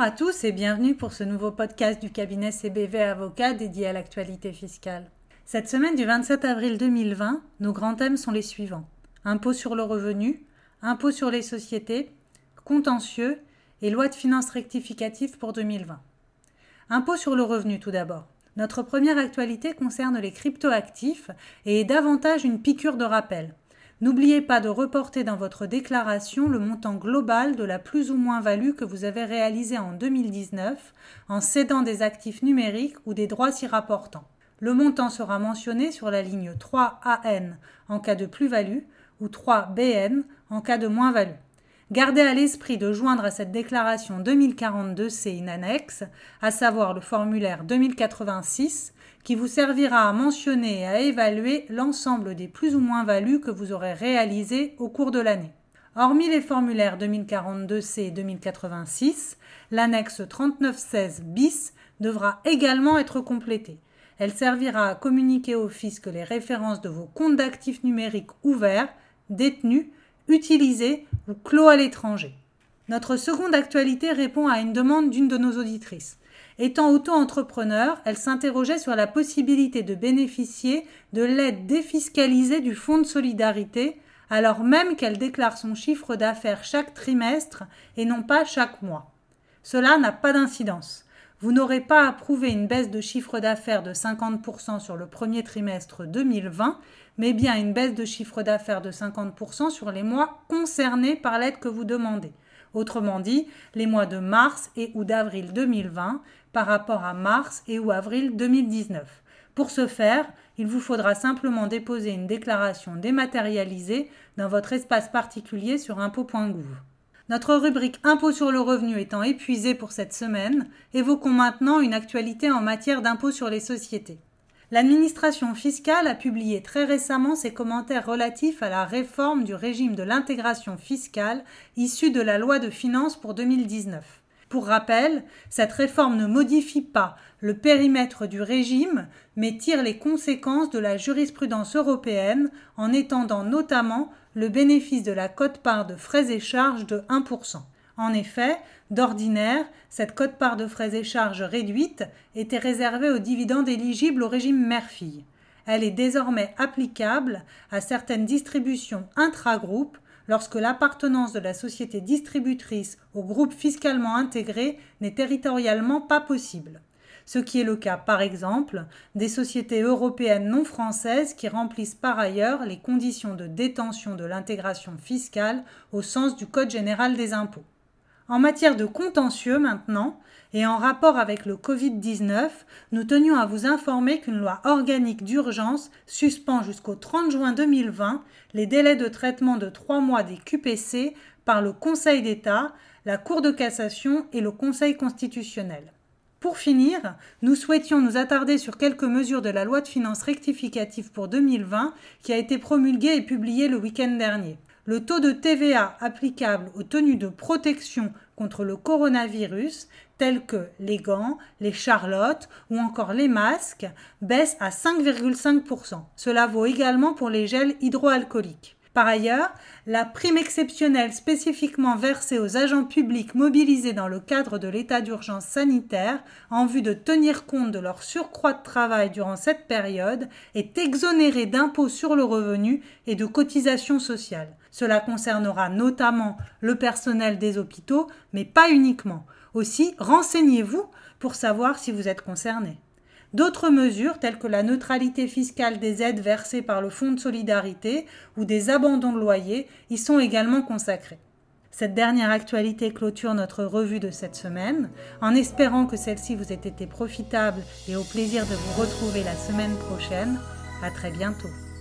à tous et bienvenue pour ce nouveau podcast du cabinet CBV Avocats dédié à l'actualité fiscale. Cette semaine du 27 avril 2020, nos grands thèmes sont les suivants. Impôt sur le revenu, impôt sur les sociétés, contentieux et loi de finances rectificative pour 2020. Impôt sur le revenu tout d'abord. Notre première actualité concerne les cryptoactifs et est davantage une piqûre de rappel. N'oubliez pas de reporter dans votre déclaration le montant global de la plus ou moins value que vous avez réalisée en 2019 en cédant des actifs numériques ou des droits s'y rapportant. Le montant sera mentionné sur la ligne 3AN en cas de plus-value ou 3BN en cas de moins-value. Gardez à l'esprit de joindre à cette déclaration 2042C une annexe, à savoir le formulaire 2086, qui vous servira à mentionner et à évaluer l'ensemble des plus ou moins-values que vous aurez réalisées au cours de l'année. Hormis les formulaires 2042C et 2086, l'annexe 3916 bis devra également être complétée. Elle servira à communiquer au fisc les références de vos comptes d'actifs numériques ouverts, détenus, utilisés ou clos à l'étranger. Notre seconde actualité répond à une demande d'une de nos auditrices. Étant auto-entrepreneur, elle s'interrogeait sur la possibilité de bénéficier de l'aide défiscalisée du Fonds de solidarité, alors même qu'elle déclare son chiffre d'affaires chaque trimestre et non pas chaque mois. Cela n'a pas d'incidence. Vous n'aurez pas à prouver une baisse de chiffre d'affaires de 50% sur le premier trimestre 2020, mais bien une baisse de chiffre d'affaires de 50% sur les mois concernés par l'aide que vous demandez. Autrement dit, les mois de mars et ou d'avril 2020 par rapport à mars et ou avril 2019. Pour ce faire, il vous faudra simplement déposer une déclaration dématérialisée dans votre espace particulier sur impôt.gouv. Notre rubrique Impôt sur le revenu étant épuisée pour cette semaine, évoquons maintenant une actualité en matière d'impôt sur les sociétés. L'administration fiscale a publié très récemment ses commentaires relatifs à la réforme du régime de l'intégration fiscale issue de la loi de finances pour 2019. Pour rappel, cette réforme ne modifie pas le périmètre du régime, mais tire les conséquences de la jurisprudence européenne en étendant notamment le bénéfice de la quote-part de frais et charges de 1%. En effet, d'ordinaire, cette quote-part de frais et charges réduite était réservée aux dividendes éligibles au régime mère-fille. Elle est désormais applicable à certaines distributions intra-groupes lorsque l'appartenance de la société distributrice au groupe fiscalement intégré n'est territorialement pas possible. Ce qui est le cas, par exemple, des sociétés européennes non françaises qui remplissent par ailleurs les conditions de détention de l'intégration fiscale au sens du Code général des impôts. En matière de contentieux maintenant, et en rapport avec le Covid-19, nous tenions à vous informer qu'une loi organique d'urgence suspend jusqu'au 30 juin 2020 les délais de traitement de 3 mois des QPC par le Conseil d'État, la Cour de cassation et le Conseil constitutionnel. Pour finir, nous souhaitions nous attarder sur quelques mesures de la loi de finances rectificative pour 2020 qui a été promulguée et publiée le week-end dernier. Le taux de TVA applicable aux tenues de protection contre le coronavirus, tels que les gants, les charlottes ou encore les masques, baisse à 5,5%. Cela vaut également pour les gels hydroalcooliques. Par ailleurs, la prime exceptionnelle spécifiquement versée aux agents publics mobilisés dans le cadre de l'état d'urgence sanitaire en vue de tenir compte de leur surcroît de travail durant cette période est exonérée d'impôts sur le revenu et de cotisations sociales. Cela concernera notamment le personnel des hôpitaux, mais pas uniquement. Aussi, renseignez-vous pour savoir si vous êtes concerné. D'autres mesures, telles que la neutralité fiscale des aides versées par le Fonds de solidarité ou des abandons de loyer, y sont également consacrés. Cette dernière actualité clôture notre revue de cette semaine, en espérant que celle-ci vous ait été profitable et au plaisir de vous retrouver la semaine prochaine. À très bientôt.